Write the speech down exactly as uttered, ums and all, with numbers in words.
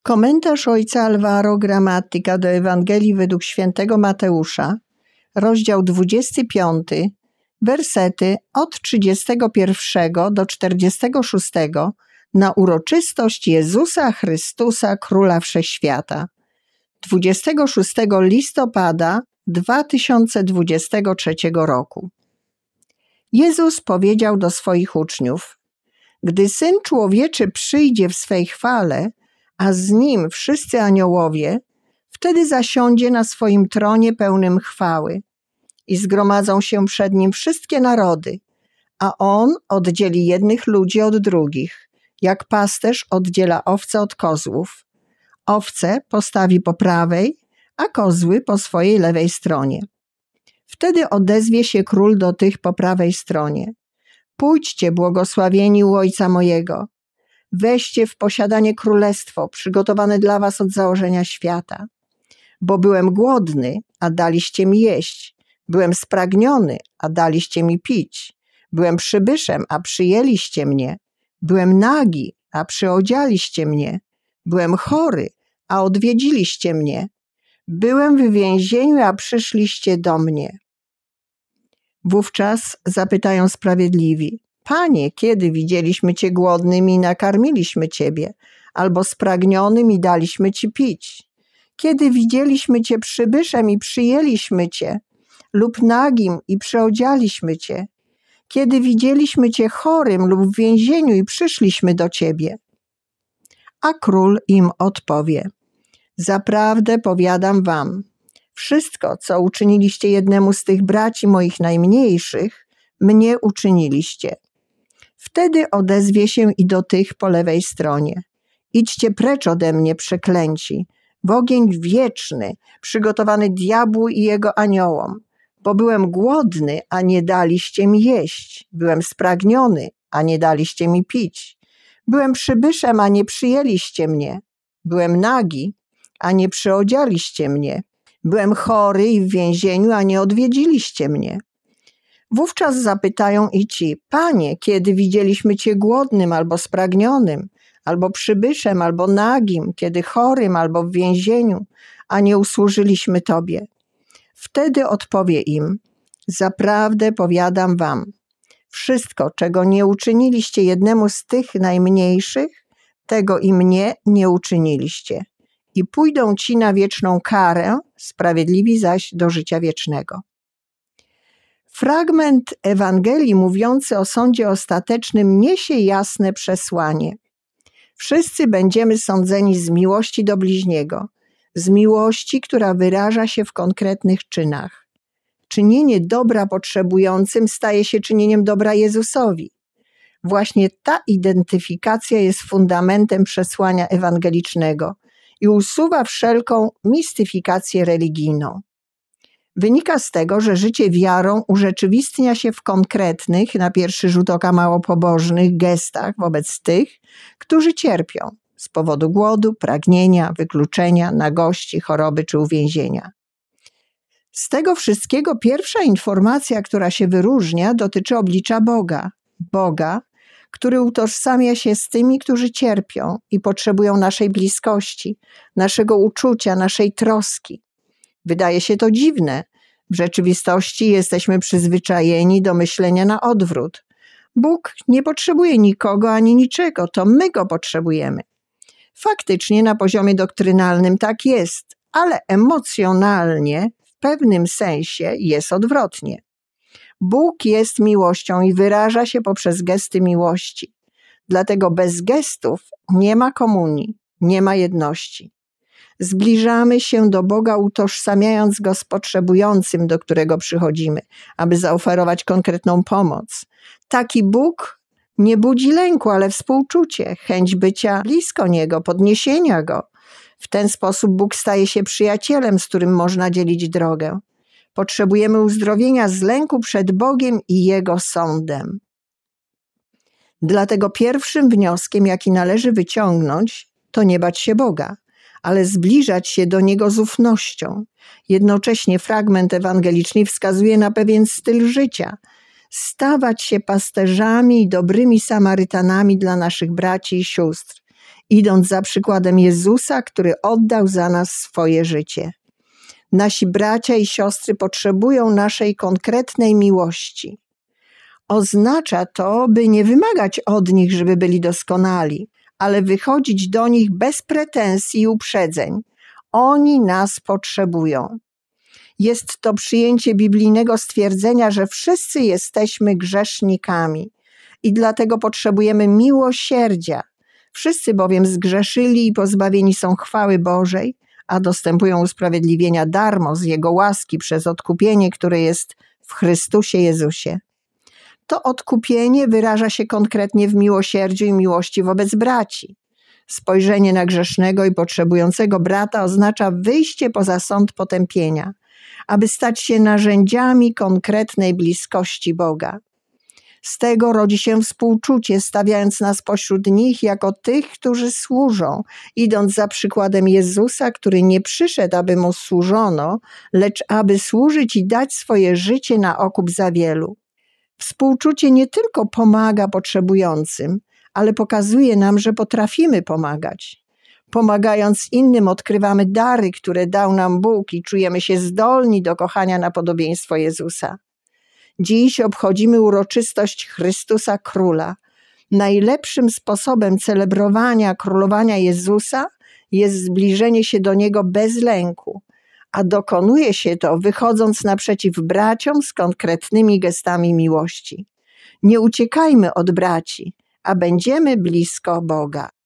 Komentarz ojca Alvaro Gramatyka do Ewangelii według świętego Mateusza, rozdział dwudziesty piąty, wersety od trzydziestego pierwszego do czterdziestego szóstego na uroczystość Jezusa Chrystusa, Króla Wszechświata. dwudziestego szóstego listopada dwa tysiące dwudziestego trzeciego roku. Jezus powiedział do swoich uczniów: Gdy Syn Człowieczy przyjdzie w swej chwale, a z Nim wszyscy aniołowie, wtedy zasiądzie na swoim tronie pełnym chwały i zgromadzą się przed Nim wszystkie narody, a On oddzieli jednych ludzi od drugich, jak pasterz oddziela owce od kozłów. Owce postawi po prawej, a kozły po swojej lewej stronie. Wtedy odezwie się Król do tych po prawej stronie: Pójdźcie, błogosławieni u Ojca mojego, weźcie w posiadanie królestwo przygotowane dla was od założenia świata. Bo byłem głodny, a daliście mi jeść, byłem spragniony, a daliście mi pić, byłem przybyszem, a przyjęliście mnie, byłem nagi, a przyodzialiście mnie, byłem chory, a odwiedziliście mnie, byłem w więzieniu, a przyszliście do mnie. Wówczas zapytają sprawiedliwi: Panie, kiedy widzieliśmy Cię głodnym i nakarmiliśmy Ciebie, albo spragnionym i daliśmy Ci pić? Kiedy widzieliśmy Cię przybyszem i przyjęliśmy Cię, lub nagim i przyodzialiśmy Cię? Kiedy widzieliśmy Cię chorym lub w więzieniu i przyszliśmy do Ciebie? A Król im odpowie: Zaprawdę powiadam wam, wszystko, co uczyniliście jednemu z tych braci moich najmniejszych, mnie uczyniliście. Wtedy odezwie się i do tych po lewej stronie: Idźcie precz ode mnie, przeklęci, w ogień wieczny, przygotowany diabłu i jego aniołom. Bo byłem głodny, a nie daliście mi jeść, byłem spragniony, a nie daliście mi pić, byłem przybyszem, a nie przyjęliście mnie, byłem nagi, a nie przyodzialiście mnie, byłem chory i w więzieniu, a nie odwiedziliście mnie. Wówczas zapytają i ci: Panie, kiedy widzieliśmy Cię głodnym albo spragnionym, albo przybyszem, albo nagim, kiedy chorym, albo w więzieniu, a nie usłużyliśmy Tobie? Wtedy odpowie im: Zaprawdę powiadam wam, wszystko, czego nie uczyniliście jednemu z tych najmniejszych, tego i mnie nie uczyniliście. I pójdą ci na wieczną karę, sprawiedliwi zaś do życia wiecznego. Fragment Ewangelii mówiący o sądzie ostatecznym niesie jasne przesłanie. Wszyscy będziemy sądzeni z miłości do bliźniego, z miłości, która wyraża się w konkretnych czynach. Czynienie dobra potrzebującym staje się czynieniem dobra Jezusowi. Właśnie ta identyfikacja jest fundamentem przesłania ewangelicznego i usuwa wszelką mistyfikację religijną. Wynika z tego, że życie wiarą urzeczywistnia się w konkretnych, na pierwszy rzut oka mało pobożnych gestach wobec tych, którzy cierpią z powodu głodu, pragnienia, wykluczenia, nagości, choroby czy uwięzienia. Z tego wszystkiego pierwsza informacja, która się wyróżnia, dotyczy oblicza Boga. Boga, który utożsamia się z tymi, którzy cierpią i potrzebują naszej bliskości, naszego uczucia, naszej troski. Wydaje się to dziwne. W rzeczywistości jesteśmy przyzwyczajeni do myślenia na odwrót. Bóg nie potrzebuje nikogo ani niczego, to my Go potrzebujemy. Faktycznie na poziomie doktrynalnym tak jest, ale emocjonalnie w pewnym sensie jest odwrotnie. Bóg jest miłością i wyraża się poprzez gesty miłości. Dlatego bez gestów nie ma komunii, nie ma jedności. Zbliżamy się do Boga, utożsamiając Go z potrzebującym, do którego przychodzimy, aby zaoferować konkretną pomoc. Taki Bóg nie budzi lęku, ale współczucie, chęć bycia blisko Niego, podniesienia Go. W ten sposób Bóg staje się przyjacielem, z którym można dzielić drogę. Potrzebujemy uzdrowienia z lęku przed Bogiem i Jego sądem. Dlatego pierwszym wnioskiem, jaki należy wyciągnąć, to nie bać się Boga, ale zbliżać się do Niego z ufnością. Jednocześnie fragment ewangeliczny wskazuje na pewien styl życia. Stawać się pasterzami i dobrymi Samarytanami dla naszych braci i sióstr idąc za przykładem Jezusa, który oddał za nas swoje życie. Nasi bracia i siostry potrzebują naszej konkretnej miłości. Oznacza to, by nie wymagać od nich, żeby byli doskonali, ale wychodzić do nich bez pretensji i uprzedzeń. Oni nas potrzebują. Jest to przyjęcie biblijnego stwierdzenia, że wszyscy jesteśmy grzesznikami i dlatego potrzebujemy miłosierdzia. Wszyscy bowiem zgrzeszyli i pozbawieni są chwały Bożej, a dostępują usprawiedliwienia darmo z Jego łaski przez odkupienie, które jest w Chrystusie Jezusie. To odkupienie wyraża się konkretnie w miłosierdziu i miłości wobec braci. Spojrzenie na grzesznego i potrzebującego brata oznacza wyjście poza sąd potępienia, aby stać się narzędziami konkretnej bliskości Boga. Z tego rodzi się współczucie, stawiając nas pośród nich jako tych, którzy służą, idąc za przykładem Jezusa, który nie przyszedł, aby Mu służono, lecz aby służyć i dać swoje życie na okup za wielu. Współczucie nie tylko pomaga potrzebującym, ale pokazuje nam, że potrafimy pomagać. Pomagając innym odkrywamy dary, które dał nam Bóg i czujemy się zdolni do kochania na podobieństwo Jezusa. Dziś obchodzimy uroczystość Chrystusa Króla. Najlepszym sposobem celebrowania królowania Jezusa jest zbliżenie się do Niego bez lęku, a dokonuje się to wychodząc naprzeciw braciom z konkretnymi gestami miłości. Nie uciekajmy od braci, a będziemy blisko Boga.